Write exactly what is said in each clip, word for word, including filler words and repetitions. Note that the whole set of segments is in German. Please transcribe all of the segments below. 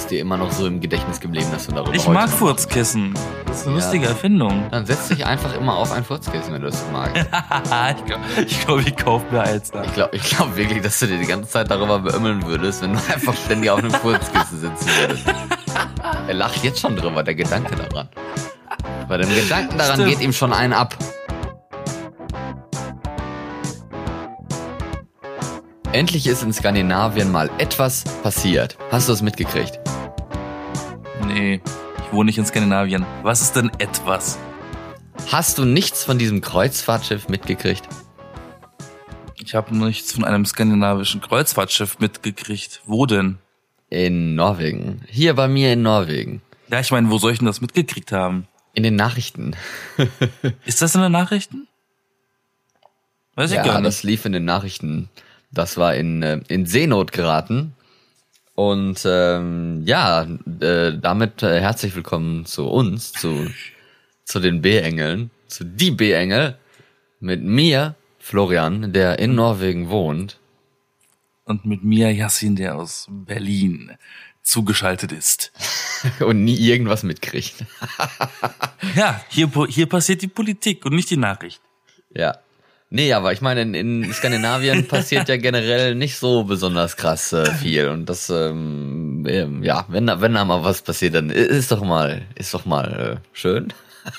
ist dir immer noch so im Gedächtnis geblieben, dass du darüber Ich heute mag noch- Furzkissen. Das ist eine Ja. lustige Erfindung. Dann setz dich einfach immer auf ein Furzkissen, wenn du es magst. ich glaube, ich, glaub, ich kaufe mir eins da. Ich glaube ich glaub wirklich, dass du dir die ganze Zeit darüber beömmeln würdest, wenn du einfach ständig auf einem Furzkissen sitzen würdest. Er lacht jetzt schon drüber, der Gedanke daran. Bei dem Gedanken daran Stimmt. geht ihm schon ein ab. Endlich ist in Skandinavien mal etwas passiert. Hast du es mitgekriegt? Nee, ich wohne nicht in Skandinavien. Was ist denn etwas? Hast du nichts von diesem Kreuzfahrtschiff mitgekriegt? Ich habe nichts von einem skandinavischen Kreuzfahrtschiff mitgekriegt. Wo denn? In Norwegen. Hier bei mir in Norwegen. Ja, ich meine, wo soll ich denn das mitgekriegt haben? In den Nachrichten. Ist das in den Nachrichten? Weiß ich Ja, gar nicht. das lief in den Nachrichten. Das war in, äh, in Seenot geraten. Und ähm, ja, äh, damit äh, herzlich willkommen zu uns, zu, zu den B-Engeln, zu die B-Engel. Mit mir, Florian, der in Norwegen wohnt. Und mit mir Yassin, der aus Berlin zugeschaltet ist. Und nie irgendwas mitkriegt. Ja, hier, hier passiert die Politik und nicht die Nachricht. Ja. Nee, aber ich meine, in, in Skandinavien passiert ja generell nicht so besonders krass äh, viel. Und das, ähm, ähm, ja, wenn da, wenn da mal was passiert, dann ist doch mal, ist doch mal äh, schön.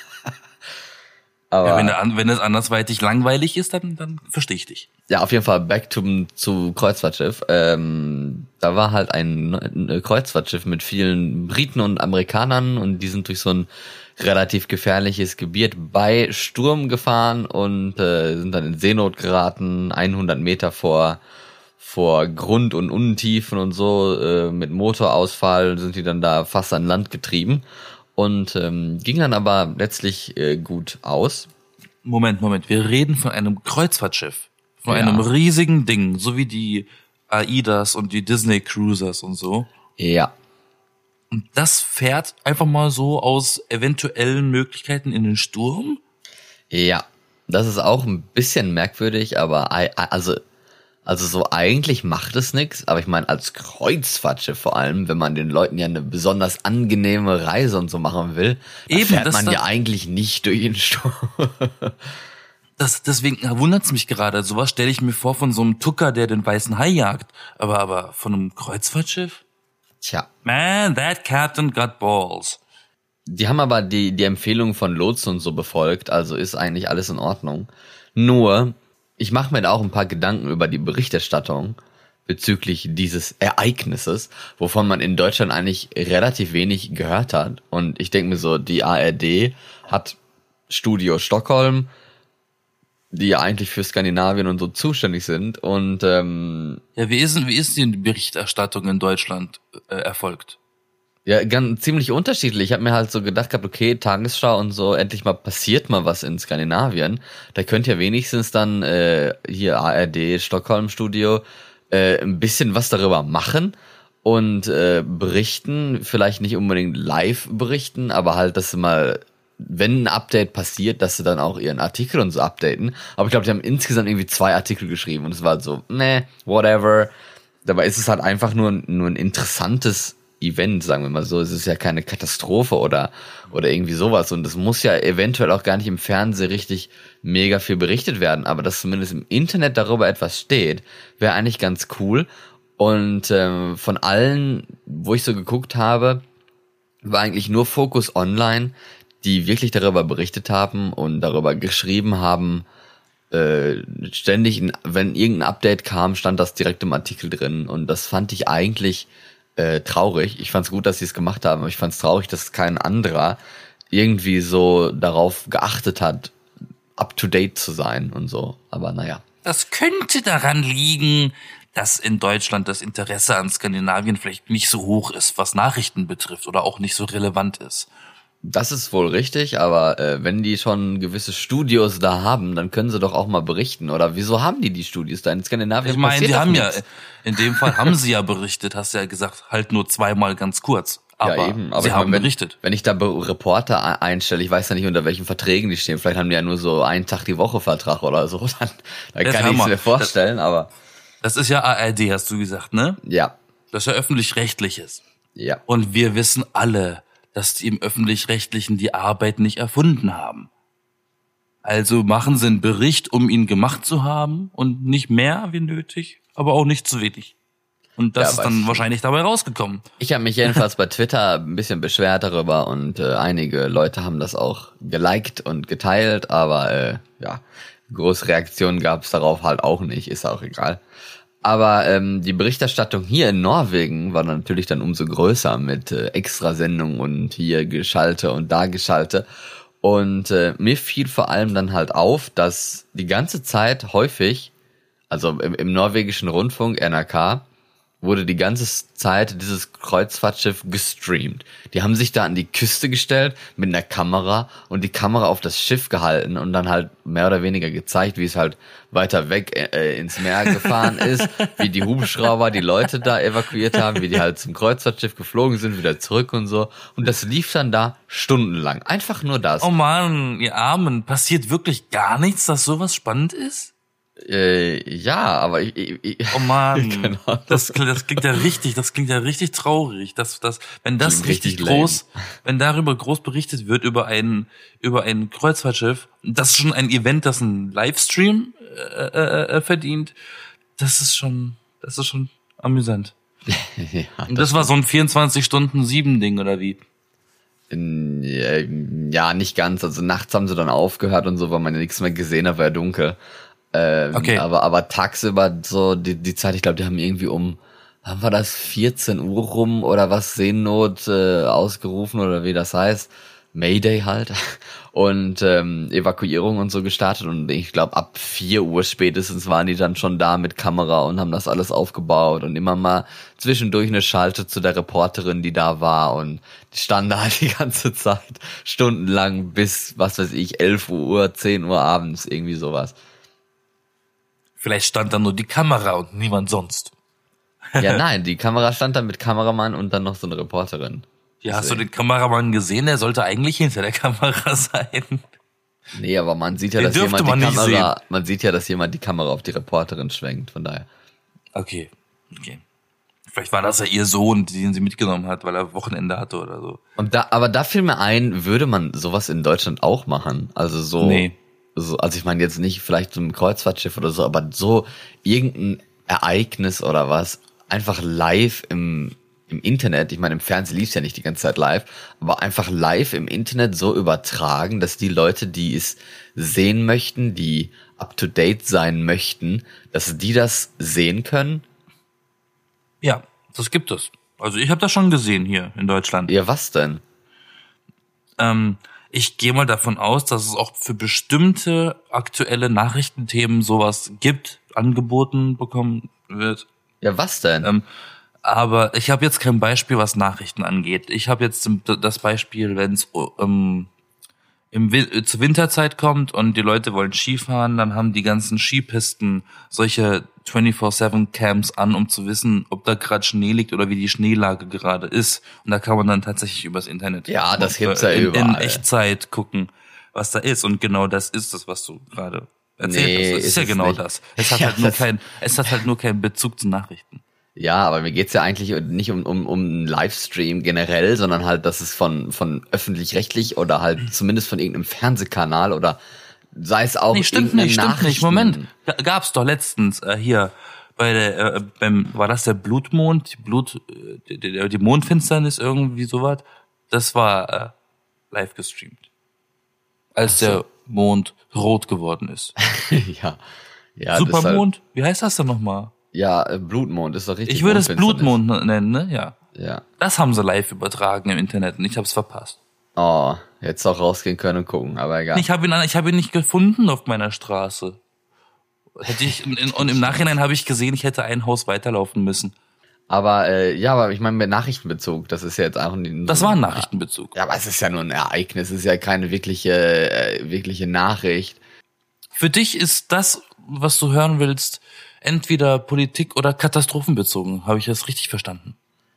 Aber Ja, wenn, der, wenn es andersweitig langweilig ist, dann, dann verstehe ich dich. ja, auf jeden Fall back to, zu Kreuzfahrtschiff. Ähm, da war halt ein, ein Kreuzfahrtschiff mit vielen Briten und Amerikanern und die sind durch so ein relativ gefährliches Gebiet bei Sturm gefahren und äh, sind dann in Seenot geraten, hundert Meter vor vor Grund und Untiefen und so, äh, mit Motorausfall sind die dann da fast an Land getrieben und ähm, ging dann aber letztlich äh, gut aus. Moment, Moment, wir reden von einem Kreuzfahrtschiff. Von Ja. einem riesigen Ding, so wie die AIDAs und die Disney Cruisers und so. Ja. Und das fährt einfach mal so aus eventuellen Möglichkeiten in den Sturm? Ja, das ist auch ein bisschen merkwürdig, aber ei- also also so eigentlich macht es nichts, aber ich meine als Kreuzfahrtschiff vor allem, wenn man den Leuten ja eine besonders angenehme Reise und so machen will, dann Eben, fährt das man dann- ja eigentlich nicht durch den Sturm. Das, deswegen wundert's mich gerade. Sowas stelle ich mir vor von so einem Tucker, der den weißen Hai jagt. Aber, aber von einem Kreuzfahrtschiff? Tja, Man, that captain got balls. die haben aber die die Empfehlung von Lotsen und so befolgt, also ist eigentlich alles in Ordnung. Nur, ich mache mir da auch ein paar Gedanken über die Berichterstattung bezüglich dieses Ereignisses, wovon man in Deutschland eigentlich relativ wenig gehört hat. Und ich denke mir so, die A R D hat Studio Stockholm, die ja eigentlich für Skandinavien und so zuständig sind. Und ähm, Ja, wie ist, denn- wie ist denn die Berichterstattung in Deutschland äh, erfolgt? ja, ganz ziemlich unterschiedlich. Ich habe mir halt so gedacht gehabt, okay, Tagesschau und so, endlich mal passiert mal was in Skandinavien. Da könnte ja wenigstens dann äh, hier A R D Stockholm Studio äh, ein bisschen was darüber machen und äh, berichten, vielleicht nicht unbedingt live berichten, aber halt, dass sie mal, wenn ein Update passiert, dass sie dann auch ihren Artikel und so updaten. Aber ich glaube, die haben insgesamt irgendwie zwei Artikel geschrieben und es war so, meh, whatever. Dabei ist es halt einfach nur, nur ein interessantes Event, sagen wir mal so. Es ist ja keine Katastrophe oder oder irgendwie sowas und es muss ja eventuell auch gar nicht im Fernsehen richtig mega viel berichtet werden, aber dass zumindest im Internet darüber etwas steht, wäre eigentlich ganz cool. Und ähm, von allen, wo ich so geguckt habe, war eigentlich nur Focus Online, die wirklich darüber berichtet haben und darüber geschrieben haben. Äh, ständig, wenn irgendein Update kam, stand das direkt im Artikel drin und das fand ich eigentlich äh, traurig. Ich fand's gut, dass sie es gemacht haben, aber ich fand's traurig, dass kein anderer irgendwie so darauf geachtet hat, up to date zu sein und so. Aber naja. Das könnte daran liegen, dass in Deutschland das Interesse an Skandinavien vielleicht nicht so hoch ist, was Nachrichten betrifft oder auch nicht so relevant ist. Das ist wohl richtig, aber äh, wenn die schon gewisse Studios da haben, dann können sie doch auch mal berichten. Oder wieso haben die die Studios da in Skandinavien? Ich meine, Passiert die doch haben ja, nichts. in dem Fall haben sie ja berichtet, hast du ja gesagt, halt nur zweimal ganz kurz. Aber, ja, eben. Aber sie ich haben meine, wenn, berichtet. Wenn ich da Be- Reporter e- einstelle, ich weiß ja nicht, unter welchen Verträgen die stehen. Vielleicht haben die ja nur so einen Tag die Woche Vertrag oder so. Dann, dann Das kann haben ich es wir. mir vorstellen, aber Das ist ja A R D, hast du gesagt, ne? ja. Das ist ja öffentlich-rechtliches. Ja. Und wir wissen alle, dass die im Öffentlich-Rechtlichen die Arbeit nicht erfunden haben. Also machen sie einen Bericht, um ihn gemacht zu haben und nicht mehr wie nötig, aber auch nicht zu wenig. Und das Ja, ist dann weiß wahrscheinlich dabei rausgekommen. Ich habe mich jedenfalls bei Twitter ein bisschen beschwert darüber und äh, einige Leute haben das auch geliked und geteilt, aber äh, ja, große Reaktionen gab es darauf halt auch nicht, ist auch egal. Aber ähm, die Berichterstattung hier in Norwegen war natürlich dann umso größer mit äh, Extrasendungen und hier Geschalte und da Geschalte. Und äh, mir fiel vor allem dann halt auf, dass die ganze Zeit häufig, also im, im norwegischen Rundfunk, N R K, wurde die ganze Zeit dieses Kreuzfahrtschiff gestreamt. Die haben sich da an die Küste gestellt mit einer Kamera und die Kamera auf das Schiff gehalten und dann halt mehr oder weniger gezeigt, wie es halt weiter weg äh, ins Meer gefahren ist, wie die Hubschrauber die Leute da evakuiert haben, wie die halt zum Kreuzfahrtschiff geflogen sind, wieder zurück und so. Und das lief dann da stundenlang. Einfach nur das. Oh Mann, ihr Armen, passiert wirklich gar nichts, dass sowas spannend ist? Äh, ja, aber ich, ich, ich Oh Mann, genau. das, das klingt ja richtig, das klingt ja richtig traurig, dass das, wenn das Klingt richtig richtig groß, wenn darüber groß berichtet wird über ein über ein Kreuzfahrtschiff, das ist schon ein Event, das ein Livestream äh, äh, äh, verdient, das ist schon, das ist schon amüsant. ja, Und das war so ein vierundzwanzig Stunden sieben Ding oder wie? ja, nicht ganz. Also nachts haben sie dann aufgehört und so, weil man ja nichts mehr gesehen hat, war ja dunkel. Ähm, Okay. aber, aber tagsüber so die, die Zeit, ich glaube, die haben irgendwie um, wann war das, vierzehn Uhr rum oder was, Seenot äh, ausgerufen oder wie das heißt, Mayday halt und ähm, Evakuierung und so gestartet und ich glaube, ab vier Uhr spätestens waren die dann schon da mit Kamera und haben das alles aufgebaut und immer mal zwischendurch eine Schalte zu der Reporterin, die da war und die stand da halt die ganze Zeit stundenlang bis, was weiß ich, elf Uhr, zehn Uhr abends, irgendwie sowas. Vielleicht stand da nur die Kamera und niemand sonst. Ja, nein, die Kamera stand da mit Kameramann und dann noch so eine Reporterin. Ja, hast du den Kameramann gesehen? Der sollte eigentlich hinter der Kamera sein. Nee, aber man sieht ja, Den dass jemand dürfte die man nicht Kamera, sehen. man sieht ja, dass jemand die Kamera auf die Reporterin schwenkt, von daher. Okay, okay. Vielleicht war das ja ihr Sohn, den sie mitgenommen hat, weil er Wochenende hatte oder so. Und da, aber da fiel mir ein, würde man sowas in Deutschland auch machen? Also so, Nee. so also ich meine jetzt nicht vielleicht so ein Kreuzfahrtschiff oder so, aber so irgendein Ereignis oder was, einfach live im, im Internet, ich meine im Fernsehen lief's ja nicht die ganze Zeit live, aber einfach live im Internet so übertragen, dass die Leute, die es sehen möchten, die up to date sein möchten, dass die das sehen können. Ja, das gibt es. Also ich habe das schon gesehen hier in Deutschland. Ja, was denn? Ähm, ich gehe mal davon aus, dass es auch für bestimmte aktuelle Nachrichtenthemen sowas gibt, angeboten bekommen wird. Ja, was denn? Ähm, aber ich habe jetzt kein Beispiel, was Nachrichten angeht. Ich habe jetzt das Beispiel, wenn es ähm, im Wi- zur Winterzeit kommt und die Leute wollen Skifahren, dann haben die ganzen Skipisten solche vierundzwanzig sieben Cams an, um zu wissen, ob da gerade Schnee liegt oder wie die Schneelage gerade ist. Und da kann man dann tatsächlich übers Internet Ja, das gibt's ja in, in überall. Echtzeit gucken, was da ist. Und genau das ist es, was du gerade erzählt Nee, hast. Es ist, ist ja es genau nicht. das. Es hat Ja, halt nur das- kein, es hat halt nur keinen Bezug zu Nachrichten. Ja, aber mir geht's ja eigentlich nicht um, um, um einen Livestream generell, sondern halt, dass es von, von öffentlich-rechtlich oder halt zumindest von irgendeinem Fernsehkanal oder sei es auch Nee, stimmt irgendeine nicht, stimmt nicht. Nachrichten- Moment, G- gab's doch letztens äh, hier bei der, äh, beim, war das der Blutmond, die Blut, äh, die, die, die Mondfinsternis irgendwie sowas? Das war äh, live gestreamt, als Ach so. der Mond rot geworden ist. ja. Ja, das ist Supermond? Wie heißt das denn nochmal? Halt, ja, äh, Blutmond ist doch richtig. Ich würde es Mondfinsternis. Blutmond nennen, ne? Ja. Ja. Das haben sie live übertragen im Internet und ich hab's verpasst. Oh, hättest auch rausgehen können und gucken, aber egal. Ich habe ihn, ich habe ihn nicht gefunden auf meiner Straße. Hätte ich und, in, und im Nachhinein habe ich gesehen, ich hätte ein Haus weiterlaufen müssen. Aber äh, ja, aber ich meine mit Nachrichtenbezug, das ist ja jetzt auch ein Das war ein Nachrichtenbezug. Ja, aber es ist ja nur ein Ereignis, es ist ja keine wirkliche äh, wirkliche Nachricht. Für dich ist das, was du hören willst, entweder Politik oder Katastrophenbezogen. Habe ich das richtig verstanden?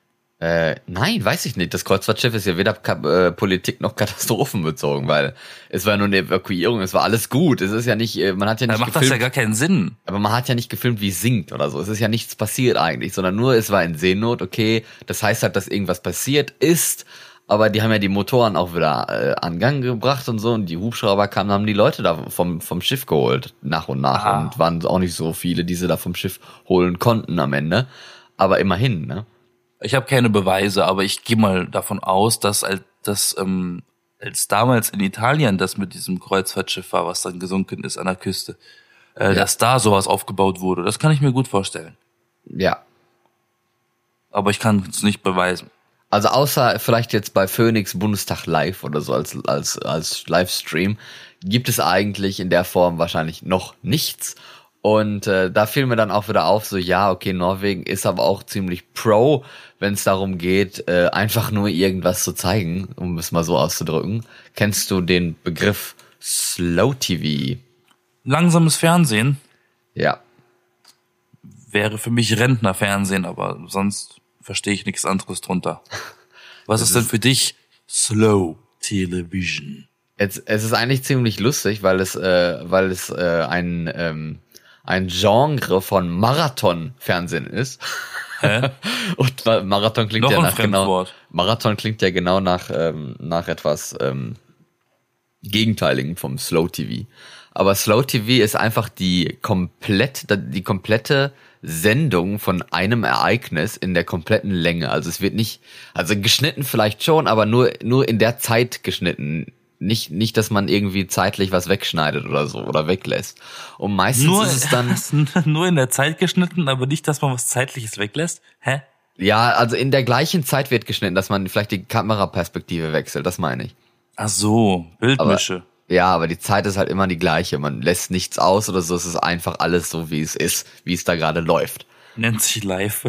Äh, nein, weiß ich nicht. Das Kreuzfahrtschiff ist ja weder Ka- äh, Politik noch katastrophenbezogen, weil es war nur eine Evakuierung, es war alles gut. Es ist ja nicht, äh, man hat ja nicht Da macht gefilmt, das ja gar keinen Sinn. aber man hat ja nicht gefilmt, wie es sinkt oder so. Es ist ja nichts passiert eigentlich, sondern nur, es war in Seenot, okay. Das heißt halt, dass irgendwas passiert ist, aber die haben ja die Motoren auch wieder äh, an Gang gebracht und so und die Hubschrauber kamen, haben die Leute da vom, vom Schiff geholt, nach und nach. Ah. Und waren auch nicht so viele, die sie da vom Schiff holen konnten am Ende. Aber immerhin, ne? Ich habe keine Beweise, aber ich gehe mal davon aus, dass als, dass, ähm, als damals in Italien das mit diesem Kreuzfahrtschiff war, was dann gesunken ist an der Küste, äh, Ja. dass da sowas aufgebaut wurde. Das kann ich mir gut vorstellen. Ja. Aber ich kann es nicht beweisen. Also außer vielleicht jetzt bei Phoenix Bundestag Live oder so als als als Livestream gibt es eigentlich in der Form wahrscheinlich noch nichts. Und äh, da fiel mir dann auch wieder auf, so ja, okay, Norwegen ist aber auch ziemlich pro, wenn es darum geht, äh, einfach nur irgendwas zu zeigen, um es mal so auszudrücken. Kennst du den Begriff Slow T V? Langsames Fernsehen Ja. wäre für mich Rentnerfernsehen, aber sonst verstehe ich nichts anderes drunter. Was Das ist denn ist- für dich Slow Television? Es, es ist eigentlich ziemlich lustig, weil es, äh, weil es äh, ein, ähm, ein Genre von Marathon-Fernsehen ist. Hä? Und Ma- Marathon klingt Noch ja ein nach genau, Fremdwort. Marathon klingt ja genau nach, ähm, nach etwas ähm, Gegenteiligen vom Slow T V. Aber Slow T V ist einfach die komplett, die komplette Sendung von einem Ereignis in der kompletten Länge. Also es wird nicht, also geschnitten vielleicht schon, aber nur, nur in der Zeit geschnitten. Nicht, nicht, dass man irgendwie zeitlich was wegschneidet oder so oder weglässt. Und meistens Nur, ist es dann, nur in der Zeit geschnitten, aber nicht, dass man was Zeitliches weglässt? Hä? ja, also in der gleichen Zeit wird geschnitten, dass man vielleicht die Kameraperspektive wechselt, das meine ich. Ach so, Bildmische. Ja, aber die Zeit ist halt immer die gleiche. Man lässt nichts aus oder so. Es ist einfach alles so, wie es ist, wie es da gerade läuft. Nennt sich live.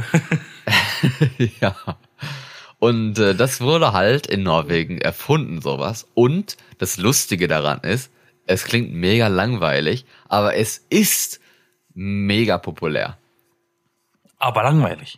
Ja. Und äh, das wurde halt in Norwegen erfunden, sowas. Und das Lustige daran ist, es klingt mega langweilig, aber es ist mega populär. Aber langweilig.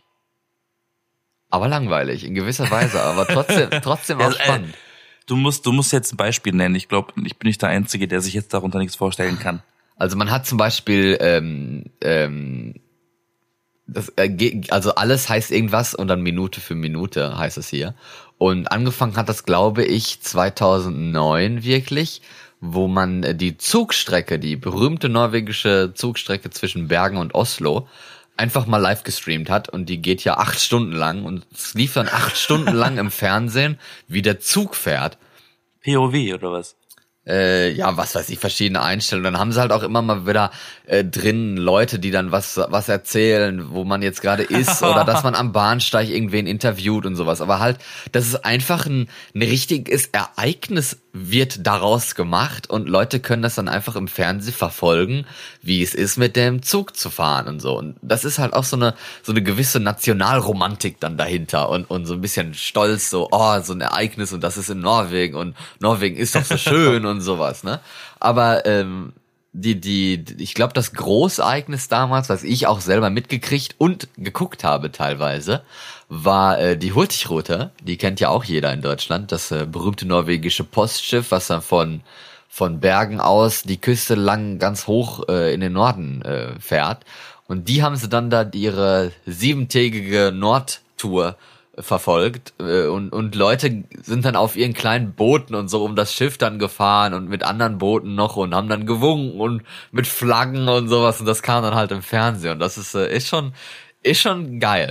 Aber langweilig, in gewisser Weise, aber trotzdem, trotzdem auch Ja, äh, spannend. Du musst, du musst jetzt ein Beispiel nennen. Ich glaube, ich bin nicht der Einzige, der sich jetzt darunter nichts vorstellen kann. Also man hat zum Beispiel, ähm, ähm, das, äh, ge- also alles heißt irgendwas und dann Minute für Minute heißt es hier. Und angefangen hat das, glaube ich, zweitausendneun wirklich, wo man äh, die Zugstrecke, die berühmte norwegische Zugstrecke zwischen Bergen und Oslo, einfach mal live gestreamt hat und die geht ja acht Stunden lang und es lief dann acht Stunden lang im Fernsehen, wie der Zug fährt. P O V oder was? Äh, ja, was weiß ich, verschiedene Einstellungen. Dann haben sie halt auch immer mal wieder äh, drin Leute, die dann was was erzählen, wo man jetzt gerade ist oder dass man am Bahnsteig irgendwen interviewt und sowas. Aber halt, das ist einfach ein, ein richtiges Ereignis wird daraus gemacht und Leute können das dann einfach im Fernsehen verfolgen, wie es ist, mit dem Zug zu fahren und so. Und das ist halt auch so eine so eine gewisse Nationalromantik dann dahinter und und so ein bisschen Stolz, so, oh, so ein Ereignis und das ist in Norwegen und Norwegen ist doch so schön und sowas, ne? Aber ähm, die die ich glaube, das Großereignis damals, was ich auch selber mitgekriegt und geguckt habe teilweise, war äh, die Hurtigrute. Die kennt ja auch jeder in Deutschland, das äh, berühmte norwegische Postschiff, was dann von von Bergen aus die Küste lang ganz hoch äh, in den Norden äh, fährt. Und die haben sie dann da ihre siebentägige Nordtour verfolgt äh, und und Leute sind dann auf ihren kleinen Booten und so um das Schiff dann gefahren und mit anderen Booten noch und haben dann gewunken und mit Flaggen und sowas und das kam dann halt im Fernsehen und das ist äh, ist schon ist schon geil.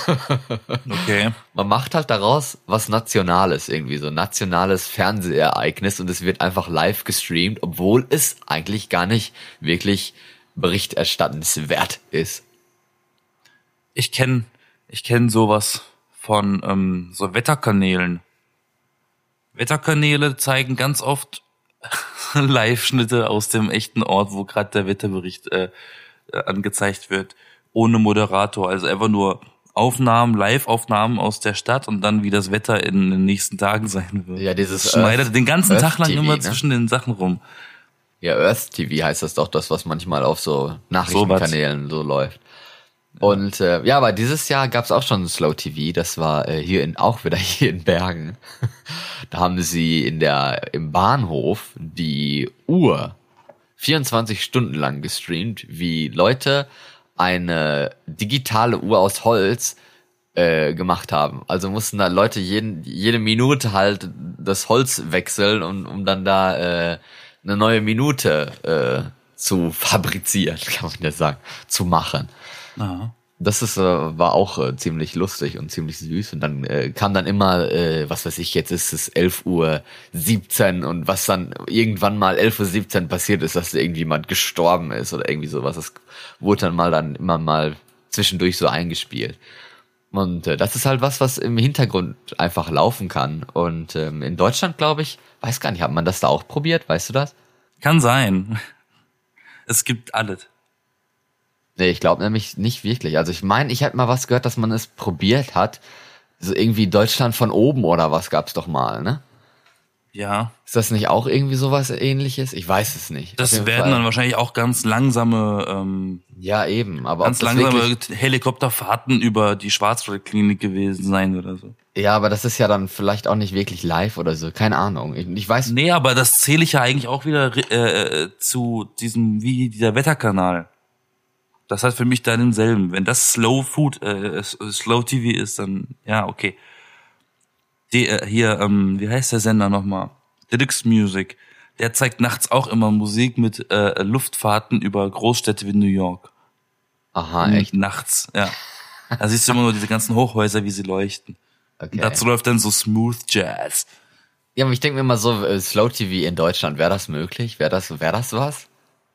Okay. Man macht halt daraus was Nationales irgendwie, so ein nationales Fernsehereignis und es wird einfach live gestreamt, obwohl es eigentlich gar nicht wirklich berichterstattenswert ist. Ich kenne ich kenn sowas von ähm, so Wetterkanälen. Wetterkanäle zeigen ganz oft Live-Schnitte aus dem echten Ort, wo gerade der Wetterbericht äh, äh, angezeigt wird, ohne Moderator. Also einfach nur Aufnahmen, Live-Aufnahmen aus der Stadt und dann, wie das Wetter in den nächsten Tagen sein wird. Ja, dieses Das schneidet Earth- den ganzen Earth Tag lang T V, immer ne? zwischen den Sachen rum. Ja, Earth T V heißt das doch, das, was manchmal auf so Nachrichtenkanälen so läuft. Und äh, ja, aber dieses Jahr gab's auch schon Slow T V. Das war äh, hier in auch wieder hier in Bergen. Da haben sie in der im Bahnhof die Uhr vierundzwanzig Stunden lang gestreamt, wie Leute eine digitale Uhr aus Holz äh, gemacht haben. Also mussten da Leute jeden, jede Minute halt das Holz wechseln, um, um dann da äh, eine neue Minute äh, zu fabrizieren, kann man ja sagen, zu machen. Aha. Das ist, äh, war auch äh, ziemlich lustig und ziemlich süß. Und dann äh, kam dann immer, äh, was weiß ich, jetzt ist es elf Uhr siebzehn und was dann irgendwann mal elf Uhr siebzehn passiert ist, dass irgendjemand gestorben ist oder irgendwie sowas. Das wurde dann mal dann immer mal zwischendurch so eingespielt. Und äh, das ist halt was, was im Hintergrund einfach laufen kann. Und ähm, in Deutschland, glaube ich, weiß gar nicht, hat man das da auch probiert? Weißt du das? Kann sein. Es gibt alles. Nee, ich glaube nämlich nicht wirklich. Also ich meine, ich hätte mal was gehört, dass man es probiert hat. So irgendwie Deutschland von oben oder was gab's doch mal, ne? Ja. Ist das nicht auch irgendwie sowas Ähnliches? Ich weiß es nicht. Das werden Fall. dann wahrscheinlich auch ganz langsame, ähm, ja eben, aber ganz langsame Helikopterfahrten über die Schwarzwaldklinik gewesen sein oder so. Ja, aber das ist ja dann vielleicht auch nicht wirklich live oder so. Keine Ahnung. Ich, ich weiß. Nee, aber das zähle ich ja eigentlich auch wieder äh, zu diesem wie dieser Wetterkanal. Das hat für mich da denselben. Wenn das Slow Food, äh, Slow T V ist, dann ja, okay. Die, äh, hier, ähm, wie heißt der Sender nochmal? Didix Music. Der zeigt nachts auch immer Musik mit äh, Luftfahrten über Großstädte wie New York. Aha, echt? Nachts, ja. Da siehst du immer nur diese ganzen Hochhäuser, wie sie leuchten. Okay. Und dazu läuft dann so Smooth Jazz. Ja, aber ich denke mir mal so, äh, Slow T V in Deutschland, wäre das möglich? Wäre das, wäre das was?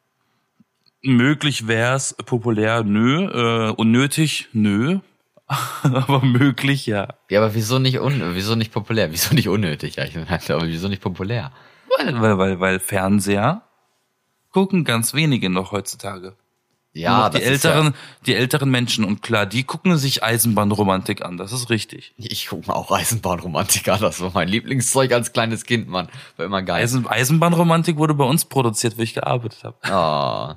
Möglich wär's, populär, nö, äh, unnötig, nö, aber möglich, ja. Ja, aber wieso nicht un, wieso nicht populär? Wieso nicht unnötig? Ja, ich meine, aber wieso nicht populär? Weil, weil, weil, weil Fernseher gucken ganz wenige noch heutzutage. Ja, die das älteren, ist ja, die älteren Menschen und klar, die gucken sich Eisenbahnromantik an, das ist richtig. Ich gucke mir auch Eisenbahnromantik an, das war mein Lieblingszeug als kleines Kind, Mann. War immer geil. Eisen, Eisenbahnromantik wurde bei uns produziert, wo ich gearbeitet habe. Oh.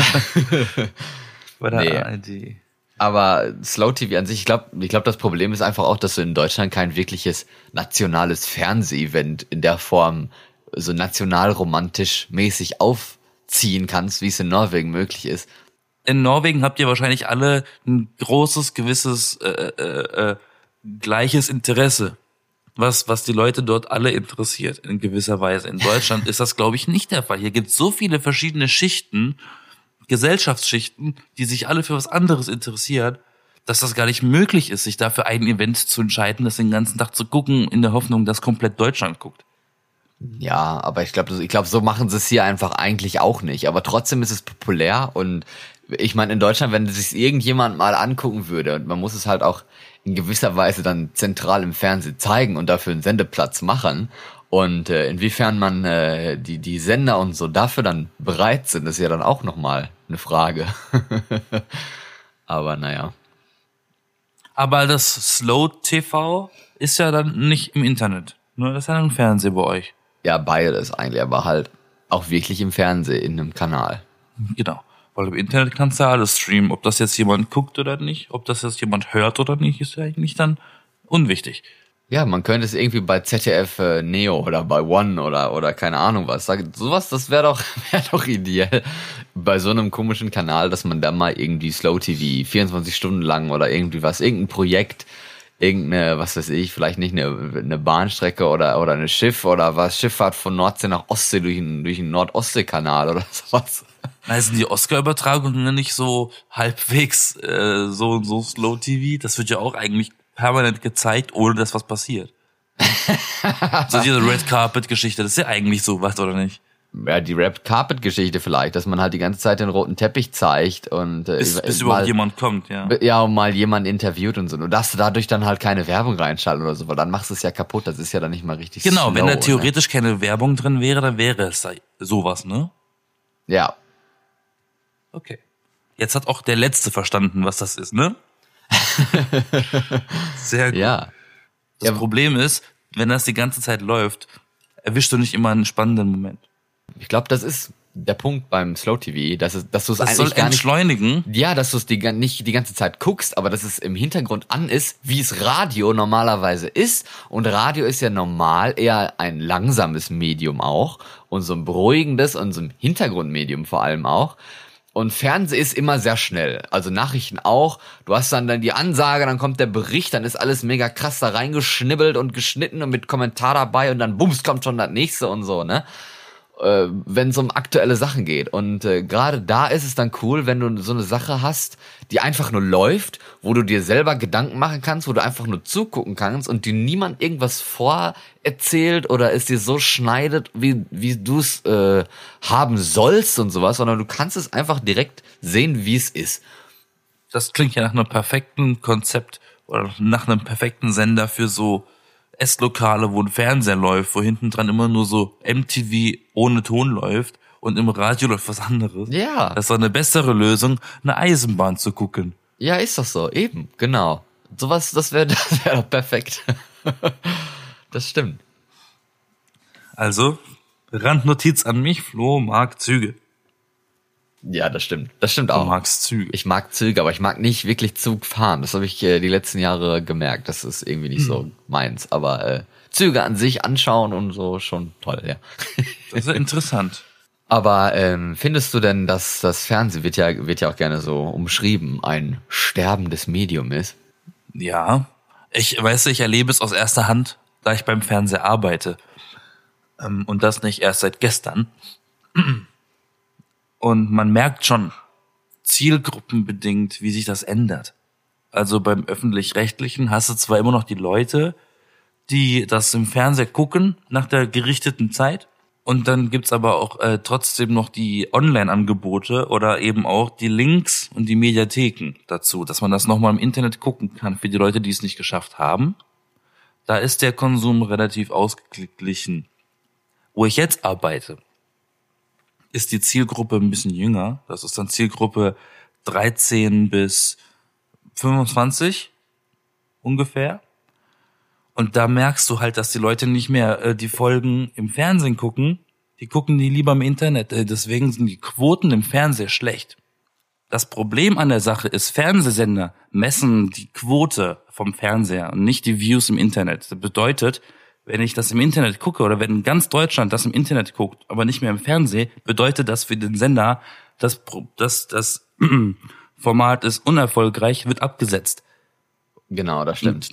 Bei der nee. A R D. Aber Slow T V an sich, ich glaube, ich glaube, das Problem ist einfach auch, dass du in Deutschland kein wirkliches nationales Fernseh-Event in der Form so nationalromantisch mäßig aufziehen kannst, wie es in Norwegen möglich ist. In Norwegen habt ihr wahrscheinlich alle ein großes, gewisses, äh, äh, äh, gleiches Interesse, was was die Leute dort alle interessiert, in gewisser Weise. In Deutschland ist das, glaube ich, nicht der Fall. Hier gibt es so viele verschiedene Schichten, Gesellschaftsschichten, die sich alle für was anderes interessieren, dass das gar nicht möglich ist, sich dafür ein Event zu entscheiden, das den ganzen Tag zu gucken, in der Hoffnung, dass komplett Deutschland guckt. Ja, aber ich glaube, ich glaube, so machen sie es hier einfach eigentlich auch nicht. Aber trotzdem ist es populär und ich meine, in Deutschland, wenn sich irgendjemand mal angucken würde und man muss es halt auch in gewisser Weise dann zentral im Fernsehen zeigen und dafür einen Sendeplatz machen. Und äh, inwiefern man äh, die die Sender und so dafür dann bereit sind, ist ja dann auch nochmal eine Frage. Aber naja. Aber das Slow T V ist ja dann nicht im Internet. Nur das ist ja dann im Fernsehen bei euch. Ja, beides eigentlich, aber halt auch wirklich im Fernsehen, in einem Kanal. Genau. Weil im Internet kannst du ja alles streamen. Ob das jetzt jemand guckt oder nicht, ob das jetzt jemand hört oder nicht, ist ja eigentlich dann unwichtig. Ja, man könnte es irgendwie bei Z D F äh, Neo oder bei One oder oder keine Ahnung was. Sag, sowas, das wäre doch wäre doch ideell bei so einem komischen Kanal, dass man da mal irgendwie Slow T V vierundzwanzig Stunden lang oder irgendwie was, irgendein Projekt, irgendeine, was weiß ich, vielleicht nicht eine, eine Bahnstrecke oder oder eine Schiff oder was, Schifffahrt von Nordsee nach Ostsee durch einen durch einen Nord-Ostsee-Kanal oder sowas. Na, sind die Oscar-Übertragungen nicht so halbwegs äh, so so Slow T V? Das wird ja auch eigentlich permanent gezeigt, ohne dass was passiert. So diese Red Carpet Geschichte, das ist ja eigentlich sowas, oder nicht? Ja, die Red Carpet Geschichte vielleicht, dass man halt die ganze Zeit den roten Teppich zeigt und äh, bis, bis mal, überhaupt jemand kommt, ja. Ja, und mal jemand interviewt und so. Und dass du dadurch dann halt keine Werbung reinschalten oder so, weil dann machst du es ja kaputt, das ist ja dann nicht mal richtig Genau, slow, wenn da theoretisch ne? keine Werbung drin wäre, dann wäre es da sowas, ne? Ja. Okay. Jetzt hat auch der Letzte verstanden, was das ist, ne? Sehr gut. Ja. Das ja. Problem ist, wenn das die ganze Zeit läuft, erwischst du nicht immer einen spannenden Moment. Ich glaube, das ist der Punkt beim Slow T V, dass es, dass du es Das eigentlich soll gar nicht, entschleunigen. ja, dass du es die, nicht die ganze Zeit guckst, aber dass es im Hintergrund an ist, wie es Radio normalerweise ist. Und Radio ist ja normal eher ein langsames Medium auch und so ein beruhigendes und so ein Hintergrundmedium vor allem auch. Und Fernsehen ist immer sehr schnell, also Nachrichten auch. Du hast dann, dann die Ansage, dann kommt der Bericht, dann ist alles mega krass da reingeschnibbelt und geschnitten und mit Kommentar dabei und dann bums, kommt schon das nächste und so, ne? Äh, wenn es um aktuelle Sachen geht. Und äh, gerade da ist es dann cool, wenn du so eine Sache hast, die einfach nur läuft, wo du dir selber Gedanken machen kannst, wo du einfach nur zugucken kannst und dir niemand irgendwas vorerzählt oder es dir so schneidet, wie wie du es äh, haben sollst und sowas, sondern du kannst es einfach direkt sehen, wie es ist. Das klingt ja nach einem perfekten Konzept oder nach einem perfekten Sender für so Esslokale, wo ein Fernseher läuft, wo hinten dran immer nur so M T V ohne Ton läuft und im Radio läuft was anderes. Ja. Das ist doch eine bessere Lösung, eine Eisenbahn zu gucken. Ja, ist doch so, eben, genau. Sowas, das wäre das wär doch perfekt. Das stimmt. Also, Randnotiz an mich, Flo mag Züge. Ja, das stimmt. Das stimmt Du auch. magst Züge. Ich mag Züge, aber ich mag nicht wirklich Zug fahren. Das habe ich äh, die letzten Jahre gemerkt. Das ist irgendwie nicht so meins. Aber äh, Züge an sich anschauen und so schon toll, ja. Das ist ja interessant. Aber ähm, findest du denn, dass das Fernsehen wird ja wird ja auch gerne so umschrieben, ein sterbendes Medium ist? Ja, ich weiß, ich erlebe es aus erster Hand, da ich beim Fernseher arbeite. Ähm, und das nicht erst seit gestern. Und man merkt schon zielgruppenbedingt, wie sich das ändert. Also beim Öffentlich-Rechtlichen hast du zwar immer noch die Leute, die das im Fernseher gucken nach der gerichteten Zeit. Und dann gibt's aber auch äh, trotzdem noch die Online-Angebote oder eben auch die Links und die Mediatheken dazu, dass man das nochmal im Internet gucken kann für die Leute, die es nicht geschafft haben. Da ist der Konsum relativ ausgeglichen. Wo ich jetzt arbeite, ist die Zielgruppe ein bisschen jünger. Das ist dann Zielgruppe dreizehn bis fünfundzwanzig ungefähr. Und da merkst du halt, dass die Leute nicht mehr äh, die Folgen im Fernsehen gucken, die gucken die lieber im Internet. Äh, deswegen sind die Quoten im Fernsehen schlecht. Das Problem an der Sache ist, Fernsehsender messen die Quote vom Fernseher und nicht die Views im Internet. Das bedeutet, wenn ich das im Internet gucke oder wenn ganz Deutschland das im Internet guckt, aber nicht mehr im Fernsehen, bedeutet das für den Sender, dass das, das Format ist unerfolgreich, wird abgesetzt. Genau, das stimmt.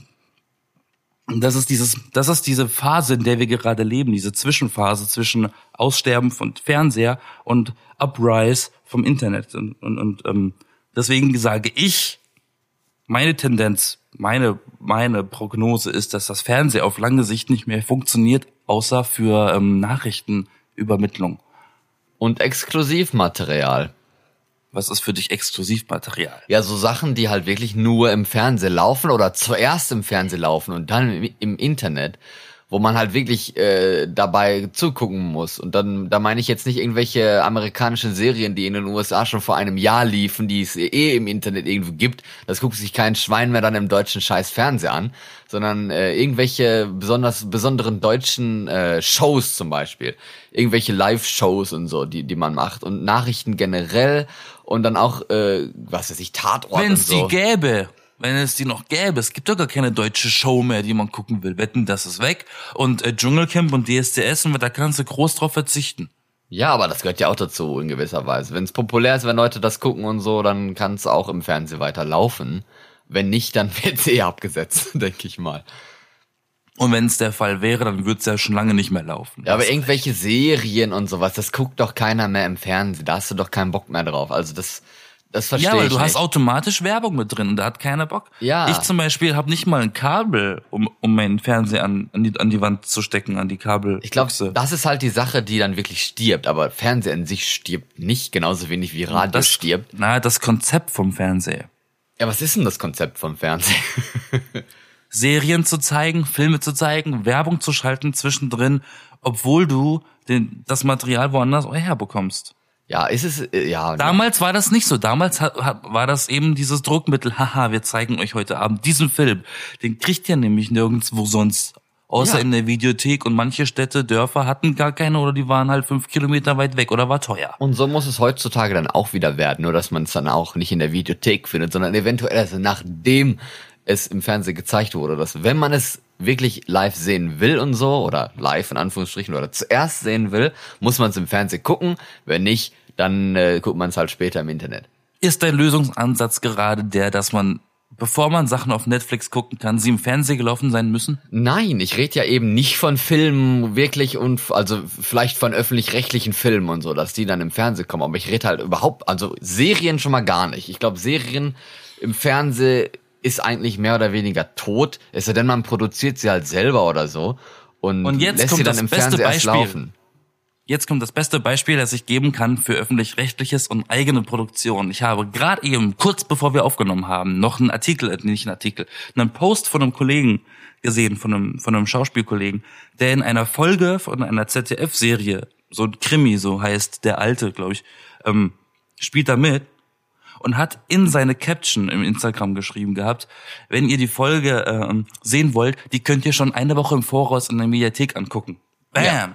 Und das ist dieses, das ist diese Phase, in der wir gerade leben, diese Zwischenphase zwischen Aussterben von Fernseher und Uprise vom Internet. Und, und, und ähm, deswegen sage ich, meine Tendenz, meine meine Prognose ist, dass das Fernsehen auf lange Sicht nicht mehr funktioniert, außer für ähm, Nachrichtenübermittlung. Und Exklusivmaterial. Was ist für dich Exklusivmaterial? Ja, so Sachen, die halt wirklich nur im Fernsehen laufen oder zuerst im Fernsehen laufen und dann im, im Internet, wo man halt wirklich äh, dabei zugucken muss. Und dann, da meine ich jetzt nicht irgendwelche amerikanischen Serien, die in den U S A schon vor einem Jahr liefen, die es eh im Internet irgendwo gibt. Das guckt sich kein Schwein mehr dann im deutschen scheiß Fernseher an, sondern äh, irgendwelche besonders besonderen deutschen äh, Shows zum Beispiel. Irgendwelche Live-Shows und so, die die man macht. Und Nachrichten generell und dann auch, äh, was weiß ich, Tatort Wenn und es so. die gäbe, wenn es die noch gäbe, es gibt doch gar keine deutsche Show mehr, die man gucken will. Wetten, das ist weg. Und äh, Dschungelcamp und D S D S, und da kannst du groß drauf verzichten. Ja, aber das gehört ja auch dazu in gewisser Weise. Wenn es populär ist, wenn Leute das gucken und so, dann kann es auch im Fernsehen weiter laufen. Wenn nicht, dann wird es eh abgesetzt, denke ich mal. Und wenn es der Fall wäre, dann würde es ja schon lange nicht mehr laufen. Ja, aber irgendwelche Serien und sowas, das guckt doch keiner mehr im Fernsehen. Da hast du doch keinen Bock mehr drauf. Also das, das verstehe ich Ja, weil nicht. du hast automatisch Werbung mit drin und da hat keiner Bock. Ja. Ich zum Beispiel habe nicht mal ein Kabel, um, um meinen Fernseher an, an, die, an die Wand zu stecken, an die Kabel. Ich glaube, das ist halt die Sache, die dann wirklich stirbt. Aber Fernseher in sich stirbt nicht, genauso wenig wie Radio das stirbt. Na, das Konzept vom Fernseher. Ja, was ist denn das Konzept vom Fernsehen? Serien zu zeigen, Filme zu zeigen, Werbung zu schalten zwischendrin, obwohl du den, das Material woanders herbekommst. Ja, ist es, äh, ja. Damals war das nicht so. Damals hat, hat, war das eben dieses Druckmittel. Haha, wir zeigen euch heute Abend diesen Film. Den kriegt ihr nämlich nirgendwo sonst Außer Ja. in der Videothek, und manche Städte, Dörfer hatten gar keine oder die waren halt fünf Kilometer weit weg oder war teuer. Und so muss es heutzutage dann auch wieder werden, nur dass man es dann auch nicht in der Videothek findet, sondern eventuell erst nachdem es im Fernsehen gezeigt wurde, dass wenn man es wirklich live sehen will und so, oder live in Anführungsstrichen, oder zuerst sehen will, muss man es im Fernsehen gucken, wenn nicht, dann äh, guckt man es halt später im Internet. Ist dein Lösungsansatz gerade der, dass man, bevor man Sachen auf Netflix gucken kann, sie im Fernsehen gelaufen sein müssen? Nein, ich rede ja eben nicht von Filmen wirklich und also vielleicht von öffentlich-rechtlichen Filmen und so, dass die dann im Fernsehen kommen, aber ich rede halt überhaupt, also Serien schon mal gar nicht. Ich glaube, Serien im Fernsehen ist eigentlich mehr oder weniger tot, es sei denn, man produziert sie halt selber oder so und, Und jetzt lässt kommt sie dann das im beste Fernsehen erst Beispiel. laufen. Jetzt kommt das beste Beispiel, das ich geben kann für öffentlich-rechtliches und eigene Produktion. Ich habe gerade eben, kurz bevor wir aufgenommen haben, noch einen Artikel, äh, nicht einen Artikel, einen Post von einem Kollegen gesehen, von einem, von einem Schauspielkollegen, der in einer Folge von einer Z D F-Serie, so ein Krimi, so heißt der Alte, glaube ich, ähm, spielt da mit und hat in seine Caption im Instagram geschrieben gehabt, wenn ihr die Folge ähm, sehen wollt, die könnt ihr schon eine Woche im Voraus in der Mediathek angucken. Bam! Ja.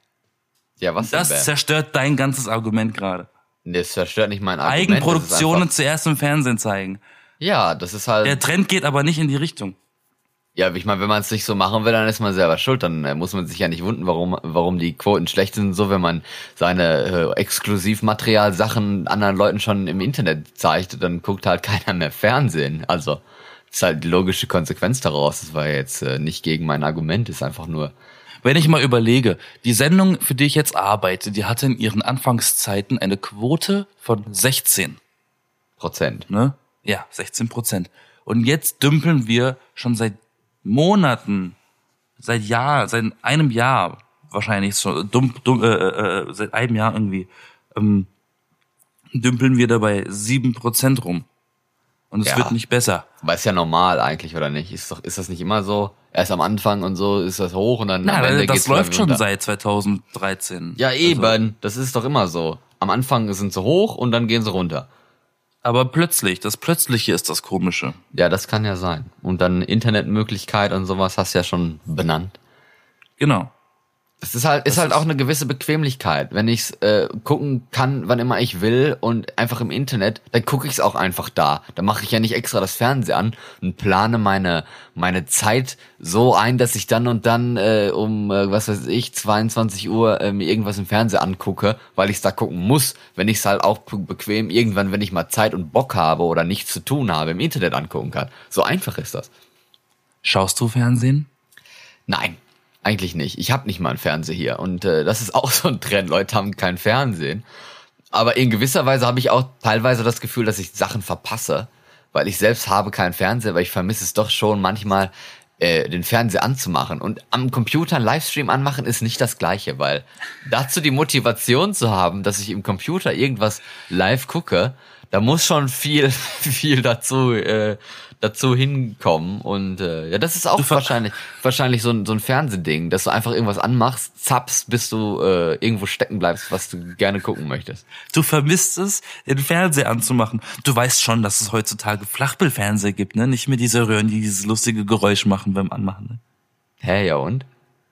Ja, was Das denn, Bam? zerstört dein ganzes Argument gerade. Das zerstört nicht mein Argument. Eigenproduktionen das ist zuerst im Fernsehen zeigen. einfach, ja, das ist halt... Der Trend geht aber nicht in die Richtung. Ja, ich meine, wenn man es nicht so machen will, dann ist man selber schuld. Dann äh, muss man sich ja nicht wundern, warum warum die Quoten schlecht sind. So, wenn man seine äh, Exklusivmaterial-Sachen anderen Leuten schon im Internet zeigt, dann guckt halt keiner mehr Fernsehen. Also, das ist halt die logische Konsequenz daraus. Das war jetzt äh, nicht gegen mein Argument, ist einfach nur... Wenn ich mal überlege, die Sendung, für die ich jetzt arbeite, die hatte in ihren Anfangszeiten eine Quote von sechzehn. Prozent. Ne? Ja, sechzehn Prozent. Und jetzt dümpeln wir schon seit Monaten, seit Jahr, seit einem Jahr wahrscheinlich so, dumm, dumm, äh, äh, seit einem Jahr irgendwie, ähm, dümpeln wir dabei sieben Prozent rum. Und es Ja. wird nicht besser. Aber ist ja normal eigentlich, oder nicht? Ist doch, ist das nicht immer so? Erst am Anfang und so ist das hoch und dann am Na, Ende das geht's läuft wieder schon runter. seit zweitausenddreizehn. Ja, eben. Also, Das ist doch immer so. Am Anfang sind sie hoch und dann gehen sie runter. aber plötzlich, das Plötzliche ist das Komische. Ja, das kann ja sein. Und dann Internetmöglichkeit und sowas hast du ja schon benannt. Genau. Es ist halt, ist halt auch eine gewisse Bequemlichkeit. Wenn ich's äh, gucken kann, wann immer ich will und einfach im Internet, dann gucke ich's auch einfach da. Da mache ich ja nicht extra das Fernsehen an und plane meine meine Zeit so ein, dass ich dann und dann äh, um, äh, was weiß ich, zweiundzwanzig Uhr äh, mir irgendwas im Fernsehen angucke, weil ich's da gucken muss. Wenn ich's halt auch bequem irgendwann, wenn ich mal Zeit und Bock habe oder nichts zu tun habe, im Internet angucken kann. So einfach ist das. Schaust du Fernsehen? Nein, eigentlich nicht. Ich habe nicht mal einen Fernseher hier. Und äh, das ist auch so ein Trend. Leute haben kein Fernsehen. Aber in gewisser Weise habe ich auch teilweise das Gefühl, dass ich Sachen verpasse. Weil ich selbst habe keinen Fernseher, aber ich vermisse es doch schon manchmal, äh, den Fernseher anzumachen. Und am Computer einen Livestream anmachen ist nicht das Gleiche, weil dazu die Motivation zu haben, dass ich im Computer irgendwas live gucke, da muss schon viel, viel dazu, äh, dazu hinkommen. Und äh, ja, das ist auch wahrscheinlich, wahrscheinlich so ein, so ein Fernsehding, dass du einfach irgendwas anmachst, zappst, bis du äh, irgendwo stecken bleibst, was du gerne gucken möchtest. Du vermisst es, den Fernseher anzumachen. Du weißt schon, dass es heutzutage Flachbildfernseher gibt, ne? Nicht mehr diese Röhren, die dieses lustige Geräusch machen beim Anmachen. Ne? Hä, ja und?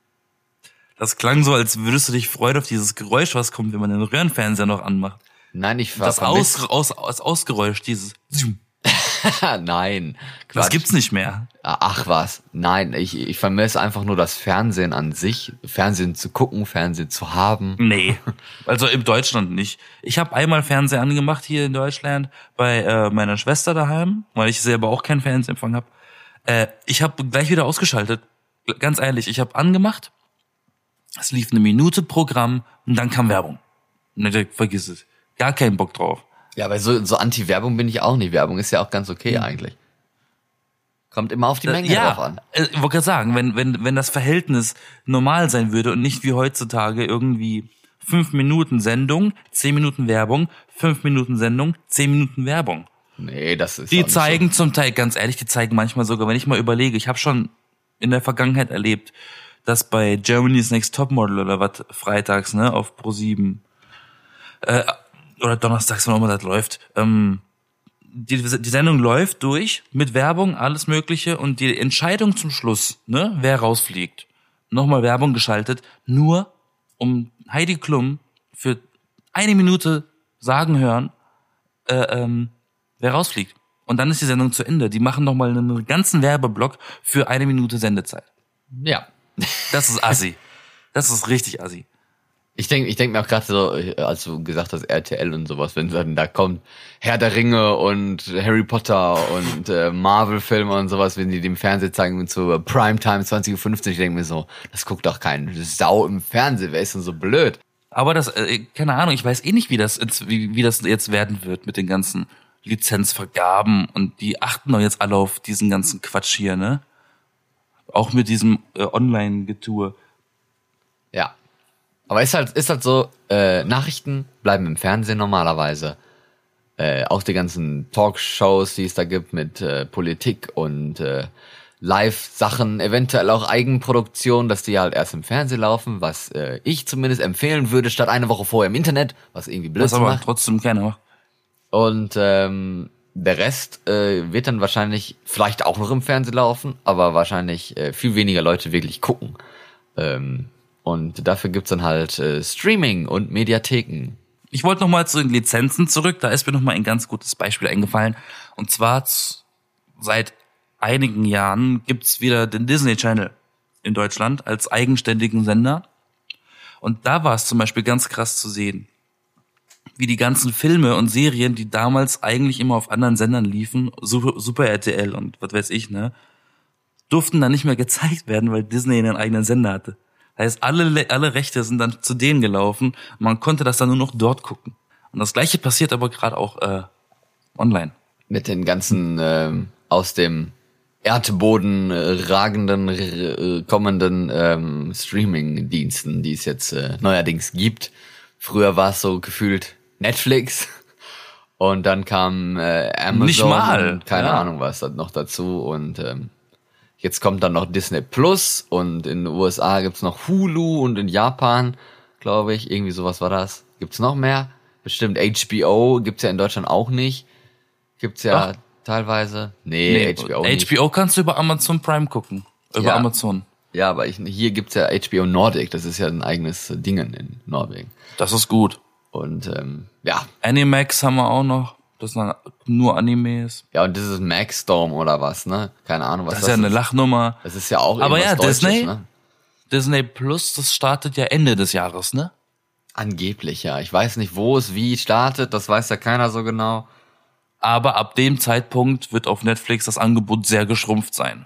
Das klang so, als würdest du dich freuen auf dieses Geräusch, was kommt, wenn man den Röhrenfernseher noch anmacht. Nein, ich ver- Das vermiss- Aus, Aus, das Ausgeräusch, dieses Zoom. Nein, Das Quatsch. gibt's nicht mehr. Ach was, nein, ich, ich vermisse einfach nur das Fernsehen an sich, Fernsehen zu gucken, Fernsehen zu haben. Nee, also in Deutschland nicht. Ich habe einmal Fernseher angemacht hier in Deutschland bei äh, meiner Schwester daheim, weil ich selber auch keinen Fernsehempfang habe. Äh, ich habe gleich wieder ausgeschaltet. Ganz ehrlich, ich habe angemacht, es lief eine Minute Programm und dann kam Werbung. Ne, vergiss es. Gar keinen Bock drauf. Ja, aber so, so Anti-Werbung bin ich auch nicht. Werbung ist ja auch ganz okay eigentlich. Kommt immer auf die Menge ja, drauf an. äh, ich wollte gerade sagen, wenn, wenn, wenn das Verhältnis normal sein würde und nicht wie heutzutage irgendwie fünf Minuten Sendung, zehn Minuten Werbung, fünf Minuten Sendung, zehn Minuten Werbung. Nee, das ist Die auch nicht zeigen zum Teil, ganz ehrlich, die zeigen manchmal sogar, wenn ich mal überlege, ich habe schon in der Vergangenheit erlebt, dass bei Germany's Next Topmodel oder was freitags, ne, auf ProSieben äh, oder donnerstags, wann auch immer das läuft, ähm, die, die Sendung läuft durch mit Werbung, alles Mögliche und die Entscheidung zum Schluss, ne, wer rausfliegt, nochmal Werbung geschaltet, nur um Heidi Klum für eine Minute sagen hören, äh, ähm, wer rausfliegt. Und dann ist die Sendung zu Ende. Die machen nochmal einen ganzen Werbeblock für eine Minute Sendezeit. Ja. Das ist assi. Das ist richtig assi. Ich denke ich denk mir auch gerade so, als du gesagt hast, R T L und sowas, wenn dann da kommt Herr der Ringe und Harry Potter und äh, Marvel-Filme und sowas, wenn die dem Fernsehen zeigen zu Primetime zwanzig Uhr fünfzehn, ich denke mir so, das guckt doch kein Sau im Fernsehen, wer ist denn so blöd? Aber das, äh, keine Ahnung, ich weiß eh nicht, wie das, wie, wie das jetzt werden wird mit den ganzen Lizenzvergaben und die achten doch jetzt alle auf diesen ganzen Quatsch hier, ne? Auch mit diesem äh, Online-Getue. Ja. Aber ist halt, ist halt so, äh, Nachrichten bleiben im Fernsehen normalerweise. Äh, auch die ganzen Talkshows, die es da gibt mit äh, Politik und äh, Live-Sachen, eventuell auch Eigenproduktion, dass die halt erst im Fernsehen laufen, was äh, ich zumindest empfehlen würde, statt eine Woche vorher im Internet, was irgendwie Blödsinn Was aber macht. trotzdem keiner macht. Und ähm, der Rest äh, wird dann wahrscheinlich vielleicht auch noch im Fernsehen laufen, aber wahrscheinlich äh, viel weniger Leute wirklich gucken. Ähm, und dafür gibt's dann halt äh, Streaming und Mediatheken. Ich wollte noch mal zu den Lizenzen zurück. Da ist mir noch mal ein ganz gutes Beispiel eingefallen. Und zwar z- seit einigen Jahren gibt's wieder den Disney Channel in Deutschland als eigenständigen Sender. Und da war es zum Beispiel ganz krass zu sehen, wie die ganzen Filme und Serien, die damals eigentlich immer auf anderen Sendern liefen, Super, Super R T L und was weiß ich, ne, durften dann nicht mehr gezeigt werden, weil Disney einen eigenen Sender hatte. Das heißt, alle, alle Rechte sind dann zu denen gelaufen. Man konnte das dann nur noch dort gucken. Und das Gleiche passiert aber gerade auch äh, online. Mit den ganzen ähm, aus dem Erdboden äh, ragenden, äh, kommenden ähm, Streaming-Diensten, die es jetzt äh, neuerdings gibt. Früher war es so gefühlt Netflix und dann kam äh, Amazon Nicht mal, und keine ja. Ahnung was noch dazu und ähm, jetzt kommt dann noch Disney Plus und in den U S A gibt's noch Hulu und in Japan, glaube ich, irgendwie sowas war das. Gibt's noch mehr? Bestimmt H B O gibt's ja in Deutschland auch nicht. Gibt's ja Doch. teilweise. Nee, Nee, H B O nicht. H B O kannst du über Amazon Prime gucken. Über Ja. Amazon. Ja, aber ich, hier gibt's ja H B O Nordic, das ist ja ein eigenes Dingen in Norwegen. Das ist gut. Und ähm, ja, Animax haben wir auch noch, das dann nur Anime ist. ja und das ist Maxdome oder was, ne? Keine Ahnung, was Das das, ist ja eine Lachnummer. Das ist ja auch Aber irgendwas ja, Deutsches, Disney? ne? Disney Plus, das startet ja Ende des Jahres, ne? Angeblich, ja. Ich weiß nicht, wo es wie startet, das weiß ja keiner so genau. Aber ab dem Zeitpunkt wird auf Netflix das Angebot sehr geschrumpft sein.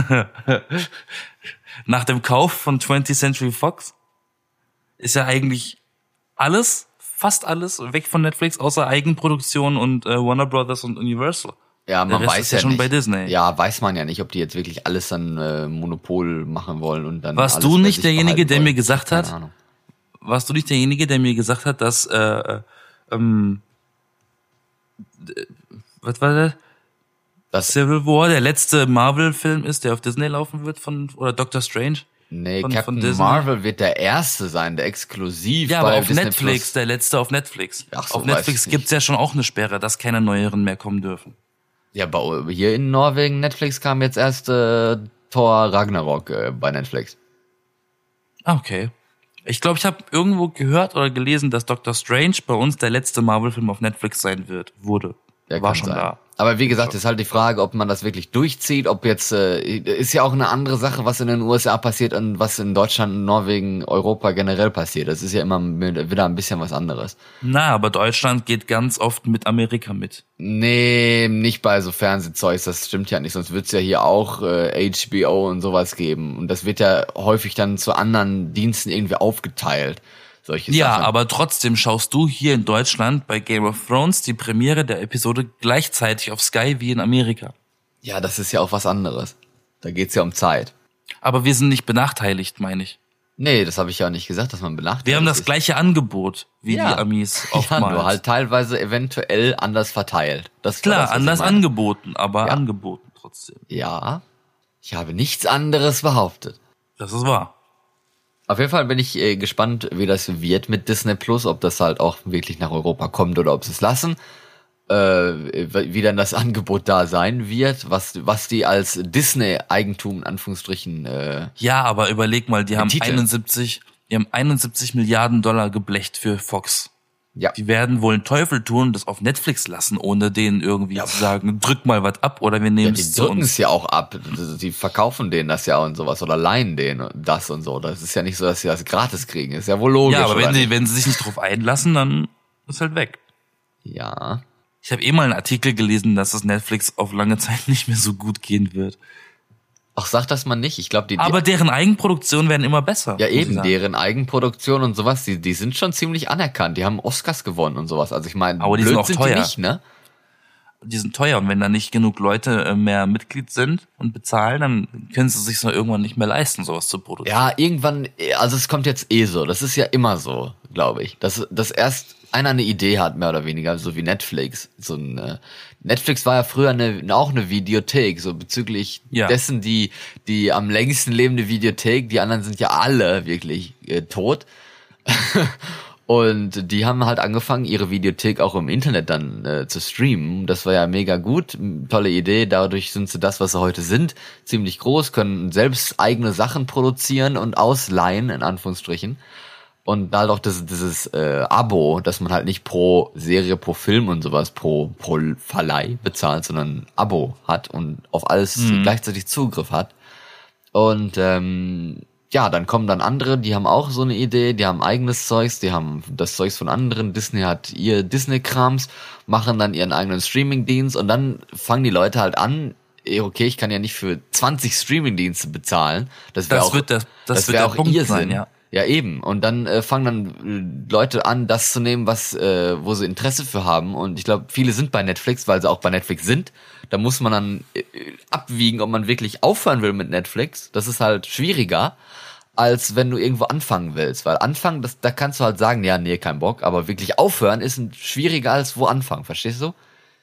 Nach dem Kauf von twentieth Century Fox ist ja eigentlich alles, fast alles weg von Netflix, außer Eigenproduktion und äh, Warner Brothers und Universal. Ja, man Der Rest weiß ist ja ja schon nicht. bei Disney. Ja, weiß man ja nicht, ob die jetzt wirklich alles dann äh, Monopol machen wollen und dann Warst alles du bei nicht sich derjenige, behalten der wollen. mir gesagt Keine hat, Ahnung. warst du nicht derjenige, der mir gesagt hat, dass äh, äh, ähm, d- was war das? Das, Civil War der letzte Marvel-Film ist, der auf Disney laufen wird von oder Doctor Strange? nee, von- Captain von Disney? Marvel wird der erste sein, der exklusiv Ja, bei aber auf Disney Netflix, Plus. der letzte auf Netflix. Ach so, auf weiß ich Netflix nicht. gibt's ja schon auch eine Sperre, dass keine neueren mehr kommen dürfen. Ja, bei, hier in Norwegen, Netflix kam jetzt erst äh, Thor Ragnarok äh, bei Netflix. Ah, okay. Ich glaube, ich habe irgendwo gehört oder gelesen, dass Doctor Strange bei uns der letzte Marvel-Film auf Netflix sein wird, wurde. Ja, War kann schon sein. da. Aber wie gesagt, ist halt die Frage, ob man das wirklich durchzieht, ob jetzt, äh, ist ja auch eine andere Sache, was in den U S A passiert und was in Deutschland, Norwegen, Europa generell passiert. Das ist ja immer mit, wieder ein bisschen was anderes. Na, aber Deutschland geht ganz oft mit Amerika mit. Nee, nicht bei so Fernsehzeugs, das stimmt ja nicht, sonst wird's ja hier auch äh, H B O und sowas geben. Und das wird ja häufig dann zu anderen Diensten irgendwie aufgeteilt. Solche Ja, Sachen. aber trotzdem schaust du hier in Deutschland bei Game of Thrones die Premiere der Episode gleichzeitig auf Sky wie in Amerika. Ja, das ist ja auch was anderes. Da geht's ja um Zeit. Aber wir sind nicht benachteiligt, meine ich. Nee, das habe ich ja auch nicht gesagt, dass man benachteiligt Wir haben das ist. gleiche Angebot wie Ja. die Amis Ja, oftmals. nur halt teilweise eventuell anders verteilt. Das war Klar, das, was ich anders meine. angeboten, aber Ja. angeboten trotzdem. Ja, ich habe nichts anderes behauptet. Das ist wahr. Auf jeden Fall bin ich äh, gespannt, wie das wird mit Disney Plus, ob das halt auch wirklich nach Europa kommt oder ob sie es lassen. äh, wie dann das Angebot da sein wird, was was die als Disney-Eigentum in Anführungsstrichen äh, Ja, aber überleg mal, die haben Titel. einundsiebzig, die haben einundsiebzig Milliarden Dollar geblecht für Fox. ja. Die werden wohl einen Teufel tun und das auf Netflix lassen, ohne denen irgendwie Ja. zu sagen, drück mal was ab oder wir Ja, nehmen die es zu drücken uns. es ja auch ab. Die verkaufen denen das ja und sowas oder leihen denen das und so. Das ist ja nicht so, dass sie das gratis kriegen. Ist ja wohl logisch. Ja, aber oder wenn sie, nicht? wenn sie sich nicht drauf einlassen, dann ist halt weg. Ja. Ich habe eh mal einen Artikel gelesen, dass es Netflix auf lange Zeit nicht mehr so gut gehen wird. Ach, sag das mal nicht. Ich glaube, die, die Aber deren Eigenproduktionen werden immer besser. ja muss ich eben, sagen. deren Eigenproduktion und sowas, die, die sind schon ziemlich anerkannt. Die haben Oscars gewonnen und sowas. Also ich meine, Aber die blöd sind auch sind teuer. die nicht, ne? Die sind teuer und wenn da nicht genug Leute äh, mehr Mitglied sind und bezahlen, dann können sie sich noch irgendwann nicht mehr leisten, sowas zu produzieren. Ja, irgendwann, also es kommt jetzt eh so. Das ist ja immer so, glaube ich. Dass, dass erst einer eine Idee hat, mehr oder weniger, so wie Netflix. So ein, äh, Netflix war ja früher eine, auch eine Videothek, so bezüglich Ja. dessen, die, die am längsten lebende Videothek. Die anderen sind ja alle wirklich äh, tot. Und die haben halt angefangen, ihre Videothek auch im Internet dann äh, zu streamen. Das war ja mega gut, tolle Idee. Dadurch sind sie das, was sie heute sind, ziemlich groß, können selbst eigene Sachen produzieren und ausleihen, in Anführungsstrichen. Und halt auch das, dieses äh, Abo, dass man halt nicht pro Serie, pro Film und sowas, pro, pro Verleih bezahlt, sondern ein Abo hat und auf alles Mhm. gleichzeitig Zugriff hat. Und ähm, ja, dann kommen dann andere, die haben auch so eine Idee, die haben eigenes Zeugs, die haben das Zeugs von anderen, Disney hat ihr Disney-Krams, machen dann ihren eigenen Streaming-Dienst und dann fangen die Leute halt an, eh, okay, ich kann ja nicht für zwanzig Streaming-Dienste bezahlen. Das, wär Das auch, wird der- das wird wär der auch Punkt ihr sein, Sinn. ja. Ja, eben. Und dann äh, fangen dann äh, Leute an, das zu nehmen, was, äh, wo sie Interesse für haben. Und ich glaube, viele sind bei Netflix, weil sie auch bei Netflix sind. Da muss man dann äh, abwiegen, ob man wirklich aufhören will mit Netflix. Das ist halt schwieriger, als wenn du irgendwo anfangen willst. Weil anfangen, das, da kannst du halt sagen, ja, nee, kein Bock. Aber wirklich aufhören ist ein, schwieriger als wo anfangen. Verstehst du?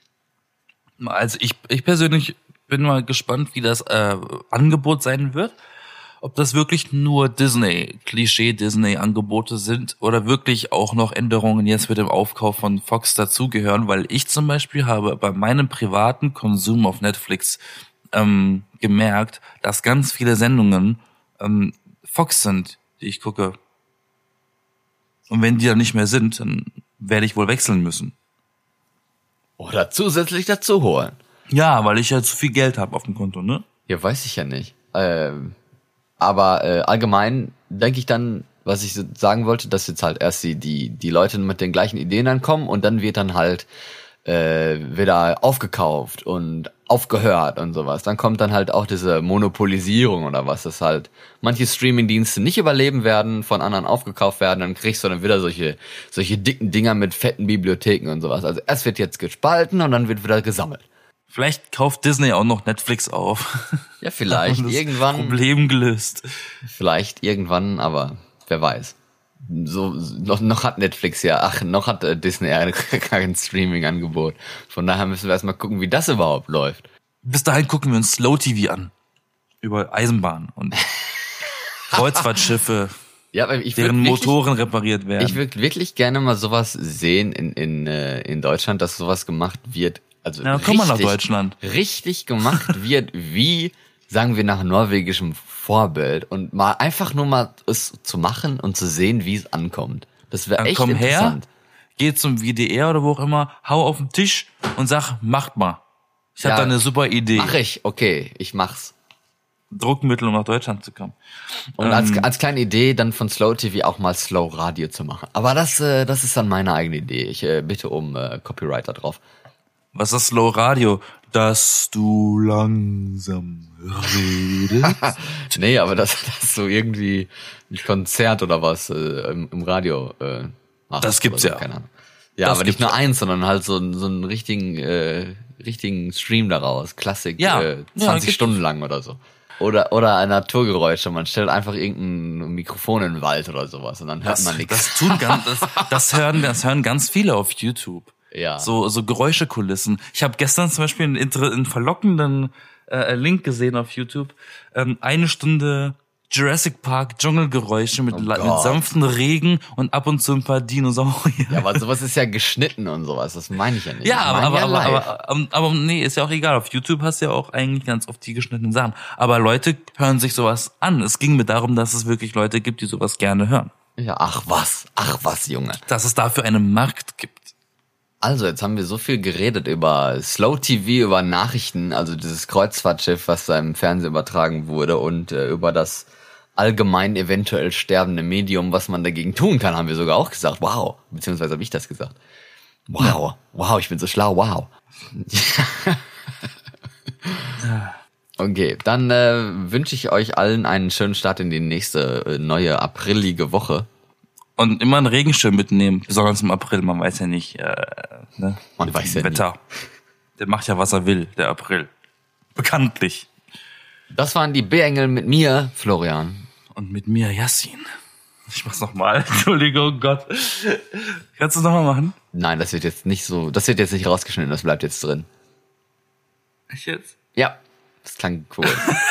Also ich, ich persönlich bin mal gespannt, wie das äh, Angebot sein wird. Ob das wirklich nur Disney, Klischee-Disney-Angebote sind oder wirklich auch noch Änderungen jetzt mit dem Aufkauf von Fox dazugehören, weil ich zum Beispiel habe bei meinem privaten Konsum auf Netflix ähm, gemerkt, dass ganz viele Sendungen ähm, Fox sind, die ich gucke. Und wenn die dann nicht mehr sind, dann werde ich wohl wechseln müssen. Oder zusätzlich dazu holen. Ja, weil ich ja zu viel Geld habe auf dem Konto, ne? Ja, weiß ich ja nicht. Ähm, aber äh, allgemein denke ich dann, was ich so sagen wollte, dass jetzt halt erst die, die, die Leute mit den gleichen Ideen dann kommen und dann wird dann halt äh, wieder aufgekauft und aufgehört und sowas. Dann kommt dann halt auch diese Monopolisierung oder was, dass halt manche Streamingdienste nicht überleben werden, von anderen aufgekauft werden, dann kriegst du dann wieder solche solche dicken Dinger mit fetten Bibliotheken und sowas. Also erst wird jetzt gespalten und dann wird wieder gesammelt. Vielleicht kauft Disney auch noch Netflix auf. Ja, vielleicht Und das irgendwann. Problem gelöst. Vielleicht irgendwann, aber wer weiß. So, noch, noch hat Netflix ja, ach, noch hat äh, Disney ja kein Streaming-Angebot. Von daher müssen wir erstmal gucken, wie das überhaupt läuft. Bis dahin gucken wir uns Slow-T V an. Über Eisenbahn und Kreuzfahrtschiffe, Ja, aber ich deren würde wirklich, Motoren repariert werden. ich würde wirklich gerne mal sowas sehen in, in, äh, in Deutschland, dass sowas gemacht wird. Also Ja, dann komm mal nach richtig- Deutschland. Richtig gemacht wird, wie, sagen wir, nach norwegischem Vorbild. Und mal einfach nur mal es zu machen und zu sehen, wie es ankommt. Das wäre Dann echt komm her, interessant. geh zum W D R oder wo auch immer, hau auf den Tisch und sag, macht mal. Ich habe Ja, da eine super Idee. Mach ich, okay, ich mach's. Druckmittel, um nach Deutschland zu kommen. Und Ähm, als, als kleine Idee dann von Slow T V auch mal Slow Radio zu machen. Aber das, äh, das ist dann meine eigene Idee. Ich äh, bitte um äh, Copyright da drauf. Was ist Slow Radio? Dass du langsam redest. Nee, aber das, das so irgendwie ein Konzert oder was äh, im, im Radio äh, macht. Das gibt's oder so, ja. Keine Ahnung. Ja, Das aber nicht gibt's nur eins, sondern halt so, einen- so einen richtigen, äh, richtigen Stream daraus. Klassik, Ja. äh, Ja, zwanzig gibt's. Stunden lang oder so. Oder, oder ein Naturgeräusche. Man stellt einfach irgendein Mikrofon in den Wald oder sowas und dann hört Das, man nichts. das tun ganz, das, das hören, das hören ganz viele auf YouTube. Ja. So, so Geräuschekulissen. Ich habe gestern zum Beispiel einen, inter- einen verlockenden äh, Link gesehen auf YouTube. Ähm, eine Stunde Jurassic Park Dschungelgeräusche mit, Oh mit Gott. sanften Regen und ab und zu ein paar Dinosaurier. Ja, aber sowas ist ja geschnitten und sowas. Das meine ich ja nicht. Ja, Ich aber, meine aber, ja aber, live. aber, aber, aber nee, ist ja auch egal. Auf YouTube hast du ja auch eigentlich ganz oft die geschnittenen Sachen. Aber Leute hören sich sowas an. Es ging mir darum, dass es wirklich Leute gibt, die sowas gerne hören. Ja, ach was, ach was, Junge. Dass es dafür einen Markt gibt. Also, jetzt haben wir so viel geredet über Slow T V, über Nachrichten, also dieses Kreuzfahrtschiff, was da im Fernsehen übertragen wurde und äh, über das allgemein eventuell sterbende Medium, was man dagegen tun kann, haben wir sogar auch gesagt. Wow. Beziehungsweise habe ich das gesagt. Wow. Ja. Wow, ich bin so schlau. Wow. Okay, dann äh, wünsche ich euch allen einen schönen Start in die nächste äh, neue aprilige Woche. Und immer einen Regenschirm mitnehmen, besonders im April. Man weiß ja nicht, äh, ne? Man Mit weiß dem ja Wetter. Der macht ja, was er will, der April. Bekanntlich. Das waren die B-Engel mit mir, Florian. Und mit mir, Yassin. Ich mach's nochmal. Entschuldigung, Gott. Kannst du es nochmal machen? Nein, das wird jetzt nicht so, das wird jetzt nicht rausgeschnitten, das bleibt jetzt drin. Ich jetzt? Ja, das klang cool.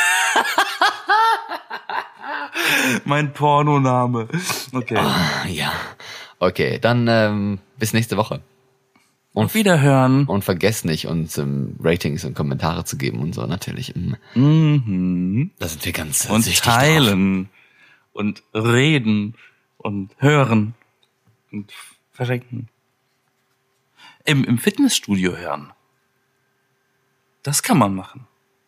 Mein Pornoname. Okay. Ah, ja. Okay, dann ähm, bis nächste Woche. Und wiederhören. Und vergesst nicht, uns ähm, Ratings und Kommentare zu geben und so natürlich. Mhm. Da sind wir ganz äh, Und süchtig drauf. teilen. Und reden. Und hören. Und verschenken. Im, Im Fitnessstudio hören. Das kann man machen.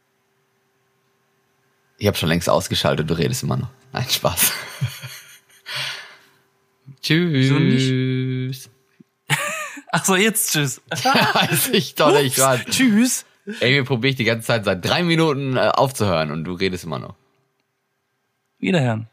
Ich habe schon längst ausgeschaltet, du redest immer noch. Nein, Spaß. Tschüss. Ach so, jetzt tschüss. Weiß ich doch nicht, was. Tschüss. Ey, mir probiere ich die ganze Zeit seit drei Minuten äh, aufzuhören und du redest immer noch. Wiederhören.